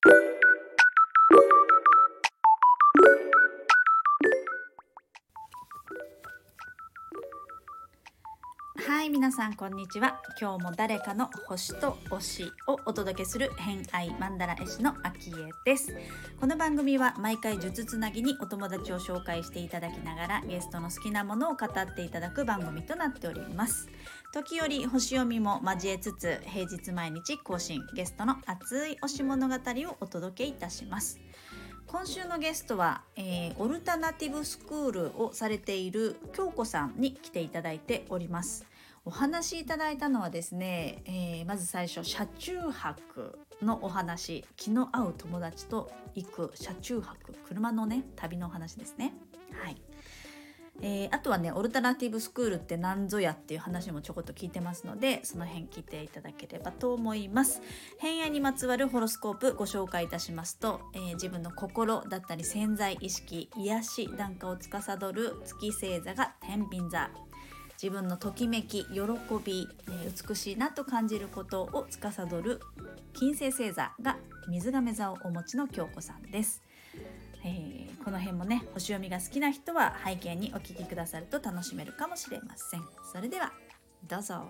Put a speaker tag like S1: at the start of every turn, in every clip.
S1: はい、皆さんこんにちは。今日も誰かの星と推しをお届けする偏愛マンダラ絵師のあきえです。この番組は毎回術つなぎにお友達を紹介していただきながらゲストの好きなものを語っていただく番組となっております。時折星読みも交えつつ平日毎日更新、ゲストの熱い推し物語をお届けいたします。今週のゲストは、オルタナティブスクールをされている京子さんに来ていただいております。お話しいただいたのはですね、まず最初車中泊のお話、気の合う友達と行く車中泊、車のね旅のお話ですね。はい。あとはね、オルタナティブスクールって何ぞやっていう話もちょこっと聞いてますので、その辺聞いていただければと思います。偏愛にまつわるホロスコープご紹介いたしますと、自分の心だったり潜在意識、癒しなんかを司る月星座が天秤座、自分のときめき、喜び、美しいなと感じることを司る金星星座が水亀座をお持ちの京子さんです。この辺もね、星読みが好きな人は背景にお聞きくださると楽しめるかもしれません。それではどうぞ。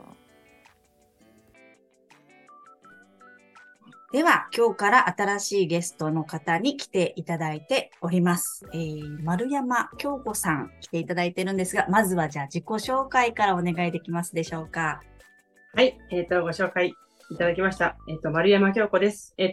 S1: では今日から新しいゲストの方に来ていただいております。丸山京子さん来ていただいてるんですが、まずはじゃあ自己紹介からお願いできますでしょうか。
S2: はい、ご紹介いただきました。丸山京子です。岐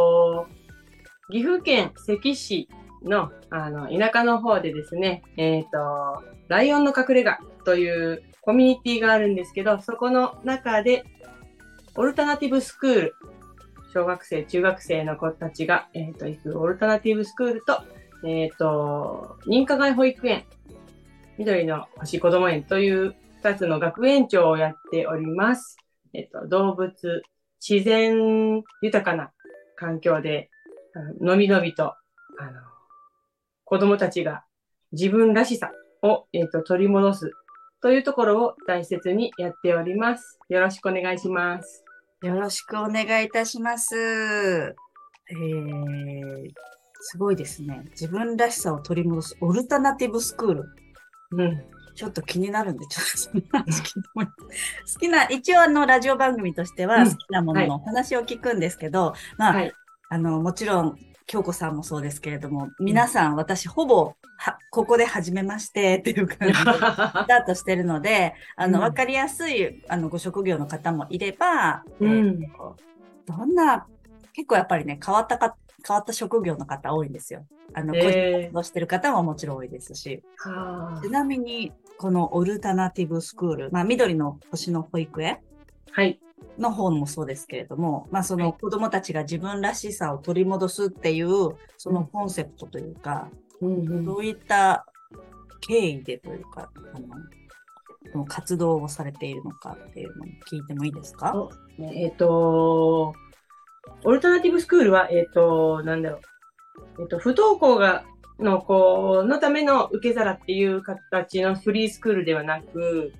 S2: 阜県関市の、田舎の方でですね、ライオンの隠れ家というコミュニティがあるんですけど、そこの中で、オルタナティブスクール、小学生、中学生の子たちが、行くオルタナティブスクールと、認可外保育園、緑の星こども園という2つの学園長をやっております。動物、自然豊かな環境で、のびのびと、子供たちが自分らしさを、取り戻すというところを大切にやっております。よろしくお願いします。
S1: よろしくお願いいたします。すごいですね。自分らしさを取り戻すオルタナティブスクール。
S2: うん。
S1: ちょっと気になるんで、ちょっとその話聞いてもらって好きな、一応ラジオ番組としては好きなもののお話を聞くんですけど、まあ、
S2: はい、
S1: もちろん、京子さんもそうですけれども、皆さん、私、ほぼ、ここで初めましてっていう感じで、スタートしてるので、わかりやすい、ご職業の方もいれば、どんな、結構やっぱりね、変わった職業の方多いんですよ。個人活動してる方ももちろん多いですし。ちなみに、このオルタナティブスクール、まあ、緑の星の保育園の方もそうですけれども、まあ、その子供たちが自分らしさを取り戻すっていう、そのコンセプトというか、どういった経緯でというか、活動をされているのかっていうのを聞いてもいいですか？
S2: オルタナティブスクールは、不登校の子のための受け皿っていう形のフリースクールではなく、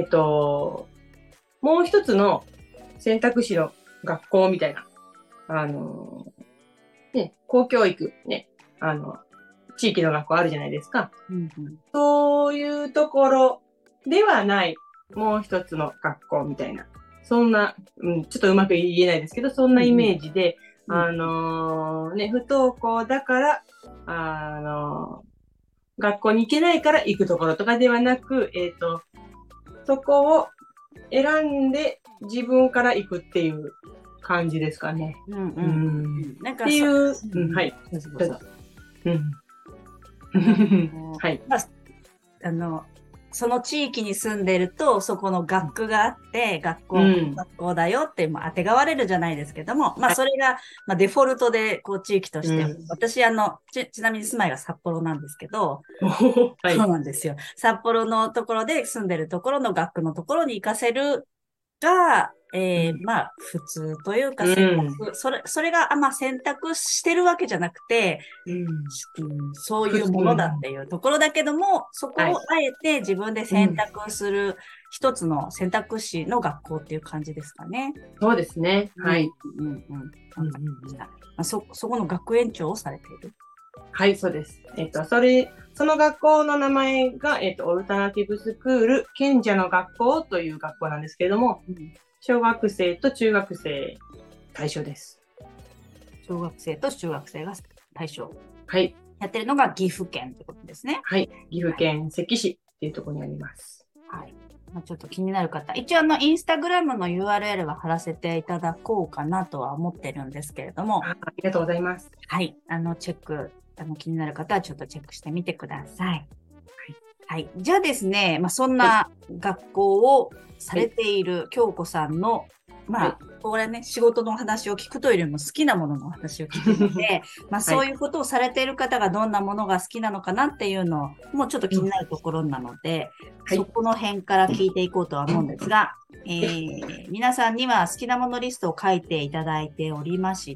S2: もう一つの選択肢の学校みたいな、公教育、ね、地域の学校あるじゃないですか。そういうところではない、もう一つの学校みたいな。そんな、ちょっとうまく言えないですけど、そんなイメージで、不登校だから、学校に行けないから行くところとかではなく、そこを選んで自分から行くっていう感じですかね。
S1: なんか
S2: っていう、はい。はい。
S1: その地域に住んでると、そこの学区があって、学校だよって当てがわれるじゃないですけども、まあそれが、まあ、デフォルトでこう地域として、私ちなみに住まいが札幌なんですけど、はい、そうなんですよ。札幌のところで住んでるところの学区のところに行かせるが、 まあ、普通というか、
S2: うん
S1: それが、まあ、選択してるわけじゃなくて、そういうものだっていうところだけども、そこをあえて自分で選択する一つの選択肢の学校っていう感じですかね。
S2: そうですね。はい。
S1: そこの学園長をされている。
S2: はい、そうです。その学校の名前が、オルタナティブスクール賢者の学校という学校なんですけれども、小学生と中学生対象です。
S1: 小学生と中学生が対象。
S2: はい。
S1: やってるのが岐阜県ってことですね。
S2: はい。岐阜県関市っていうところにあります。
S1: はい。ちょっと気になる方、一応インスタグラムの URL は貼らせていただこうかなとは思ってるんですけれども。
S2: ありがとうございます。
S1: はい。チェック、気になる方はちょっとチェックしてみてください。はい。はい。じゃあですね、そんな学校をされている京子さんの、これね、仕事の話を聞くというよりも好きなものの話を聞くので、そういうことをされている方がどんなものが好きなのかなっていうのもちょっと気になるところなので、そこの辺から聞いていこうとは思うんですが、皆さんには好きなものリストを書いていただいておりまして、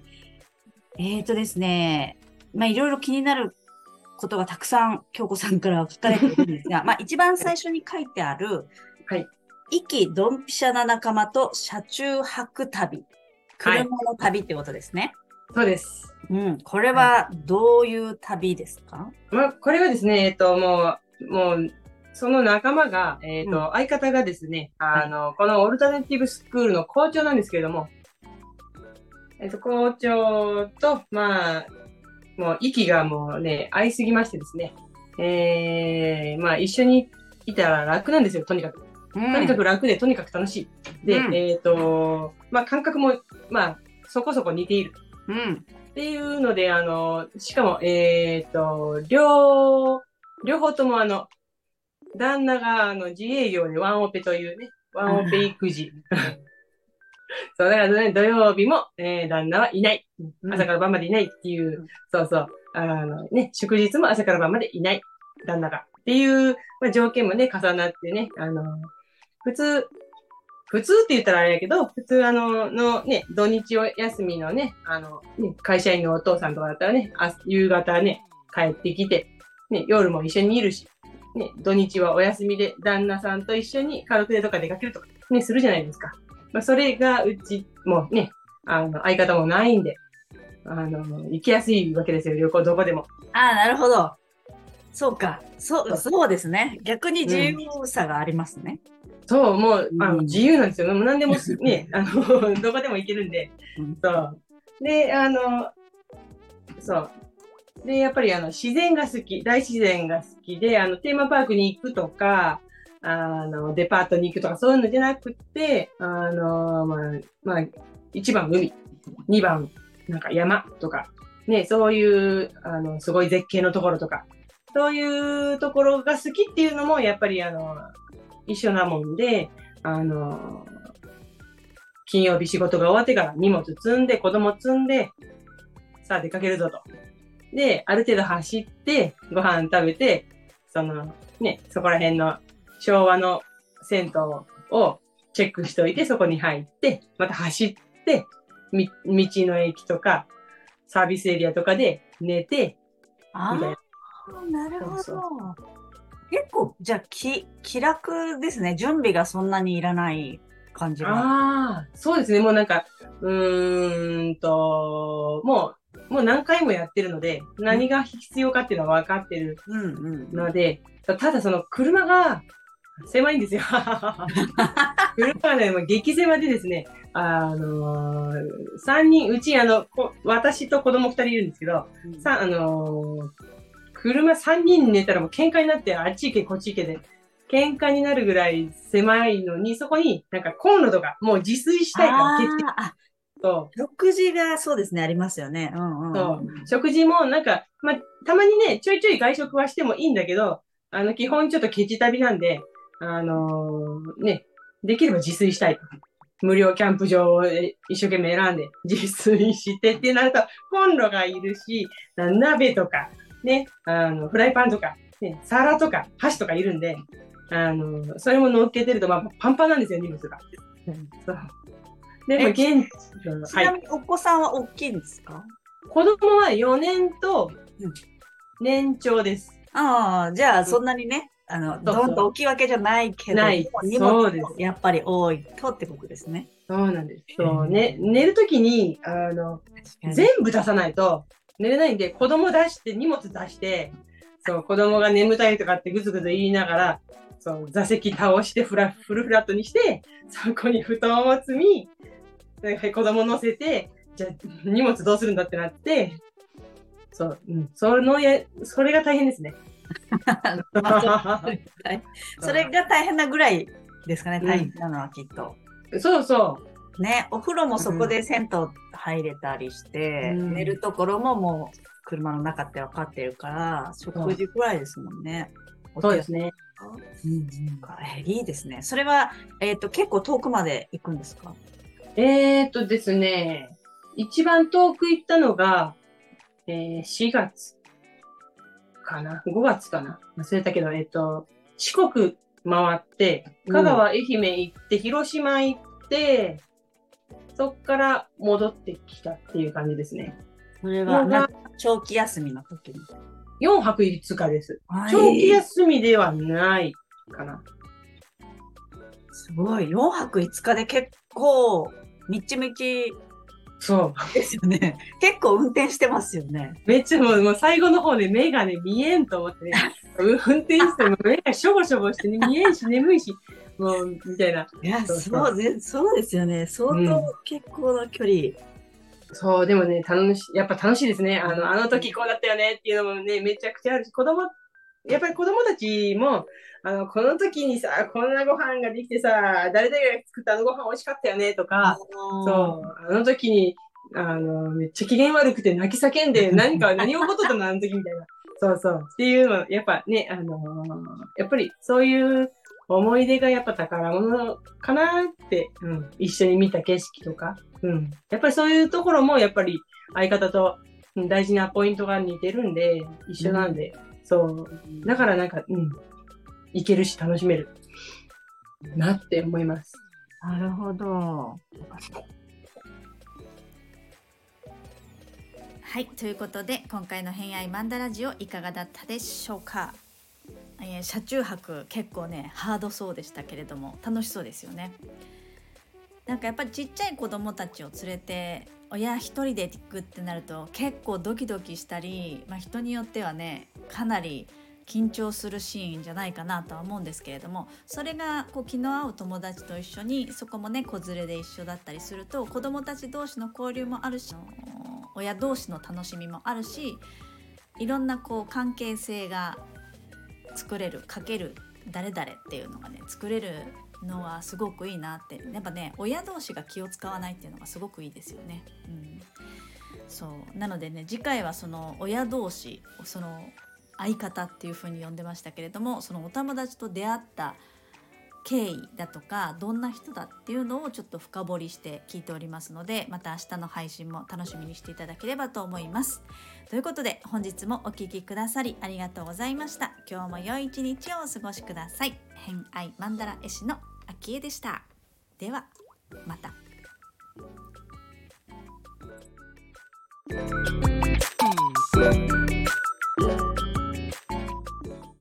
S1: ですね、いろいろ気になることがたくさん京子さんから書かれているんですが、一番最初に書いてある、意気ドンピシャな仲間と車中泊旅。車の旅ってことですね。
S2: そうです。
S1: これはどういう旅ですか？
S2: これはですね、もう、その仲間が、相方がですね、このオルタナティブスクールの校長なんですけれども、校長と、もう息がもうね、合いすぎましてですね、一緒にいたら楽なんですよ、とにかく。とにかく楽で、とにかく楽しい。で、感覚も、そこそこ似ている。っていうので、しかも、両方とも旦那が自営業でワンオペというね、ワンオペ育児。そう、だからね、土曜日も、旦那はいない。朝から晩までいないっていう、祝日も朝から晩までいない。旦那が。っていう、条件もね、重なってね、普通って言ったらあれやけど、普通土日休みのね、会社員のお父さんとかだったらね、夕方ね、帰ってきて、ね、夜も一緒にいるし、ね、土日はお休みで旦那さんと一緒に家族でとか出かけるとか、ね、するじゃないですか。それがうちもね、相方もないんで、行きやすいわけですよ、旅行どこでも。
S1: なるほど。そうか。そうですね。逆に自由さがありますね。
S2: そう、もう、自由なんですよ。もう何でもね、どこでも行けるんで。そう。で、そう。で、やっぱり自然が好き、大自然が好きで、テーマパークに行くとか、デパートに行くとか、そういうのじゃなくて、1番海、2番、なんか山とか、ね、そういう、すごい絶景のところとか、そういうところが好きっていうのも、やっぱり一緒なもんで、金曜日仕事が終わってから荷物積んで、子供積んで、さあ出かけるぞと。で、ある程度走って、ご飯食べて、そこら辺の昭和の銭湯をチェックしておいて、そこに入って、また走って、道の駅とか、サービスエリアとかで寝て、みたいな。
S1: なるほど。結構、じゃあ、気楽ですね。準備がそんなにいらない感じが。
S2: そうですね。もうなんか、もう何回もやってるので、何が必要かっていうのは分かってるので、ただその車が狭いんですよ。車がね、激狭でですね、3人、うち私と子供2人いるんですけど、車3人寝たらもう喧嘩になって、あっち行けこっち行けで、喧嘩になるぐらい狭いのに、そこになんかコンロとか、もう自炊したいから
S1: 食事がそうですね、ありますよね。
S2: 食事もなんか、たまにね、ちょいちょい外食はしてもいいんだけど、基本ちょっとケチ旅なんで、できれば自炊したい。無料キャンプ場を一生懸命選んで自炊してってなると、コンロがいるし、鍋とか、ね、フライパンとか、ね、皿とか、箸とかいるんで、それも乗っけてると、パンパンなんですよ、荷物が。 そうでも現地は、
S1: ちなみにお子さんは大きいんですか？
S2: 子供は4年と年長です。
S1: ああ、じゃあそんなにね、どんと大きいわけじゃないけど、荷物もやっぱり多いとってことですね。
S2: そうなんです。そうね、寝るときに、全部出さないと寝れないんで、子供出して、荷物出して、そう、子供が眠たいとかってぐずぐず言いながら、そう、座席倒してフルフラットにして、そこに布団を積み、子供乗せて、じゃあ荷物どうするんだってなって、そう、それが大変ですね。
S1: それが大変なぐらいですかね、大変なのはきっと。
S2: そうそう。
S1: ね、お風呂もそこで銭湯入れたりして、寝るところももう車の中って分かってるから、食事くらいですもんね。
S2: そうですね。
S1: いいですね。それは、結構遠くまで行くんですか？
S2: ですね、一番遠く行ったのが、4月かな ?5 月かな忘れたけど、四国回って、香川、愛媛行って、広島行って、そっから戻ってきたっていう感じですね。
S1: それは長期休みの時に。
S2: 4泊5日です。長期休みではないかな。
S1: すごい。4泊5日で結構、みちみち。
S2: そう
S1: ですよね。結構運転してますよね。
S2: めっちゃもう最後の方で目がね、見えんと思ってね。運転しても目がしょぼしょぼしてね、見えんし眠いし、もう、みたいな。
S1: いや、そうですよね。相当結構な距離。
S2: そう、でもね、やっぱ楽しいですね。あの時こうだったよねっていうのもね、めちゃくちゃあるし、やっぱり子供たちも、この時にさ、こんなご飯ができてさ、誰々が作ったご飯美味しかったよねとか、そう、あの時に、めっちゃ機嫌悪くて泣き叫んで、何起こっとったのあの時みたいな。そうそう。っていうの、やっぱね、やっぱりそういう思い出がやっぱ宝物かなって、一緒に見た景色とか、やっぱりそういうところも、やっぱり相方と大事なポイントが似てるんで、一緒なんで、そう。だからいけるし楽しめるなって思います。
S1: なるほど。はい、ということで今回の偏愛マンダラジオいかがだったでしょうか。車中泊結構ねハードそうでしたけれども楽しそうですよね。なんかやっぱりちっちゃい子供たちを連れて親一人で行くってなると結構ドキドキしたり、人によってはねかなり緊張するシーンじゃないかなとは思うんですけれども、それが気の合う友達と一緒にそこもね子連れで一緒だったりすると子供たち同士の交流もあるし、親同士の楽しみもあるし、いろんな関係性が作れるかける誰々っていうのがね作れるのはすごくいいなって。やっぱね親同士が気を使わないっていうのがすごくいいですよね。そうなのでね次回はその親同士その相方っていう風に呼んでましたけれども、そのお友達と出会った経緯だとかどんな人だっていうのをちょっと深掘りして聞いておりますので、また明日の配信も楽しみにしていただければと思います。ということで本日もお聞きくださりありがとうございました。今日も良い一日をお過ごしください。偏愛マンダラ絵師のあきえでした。ではまた。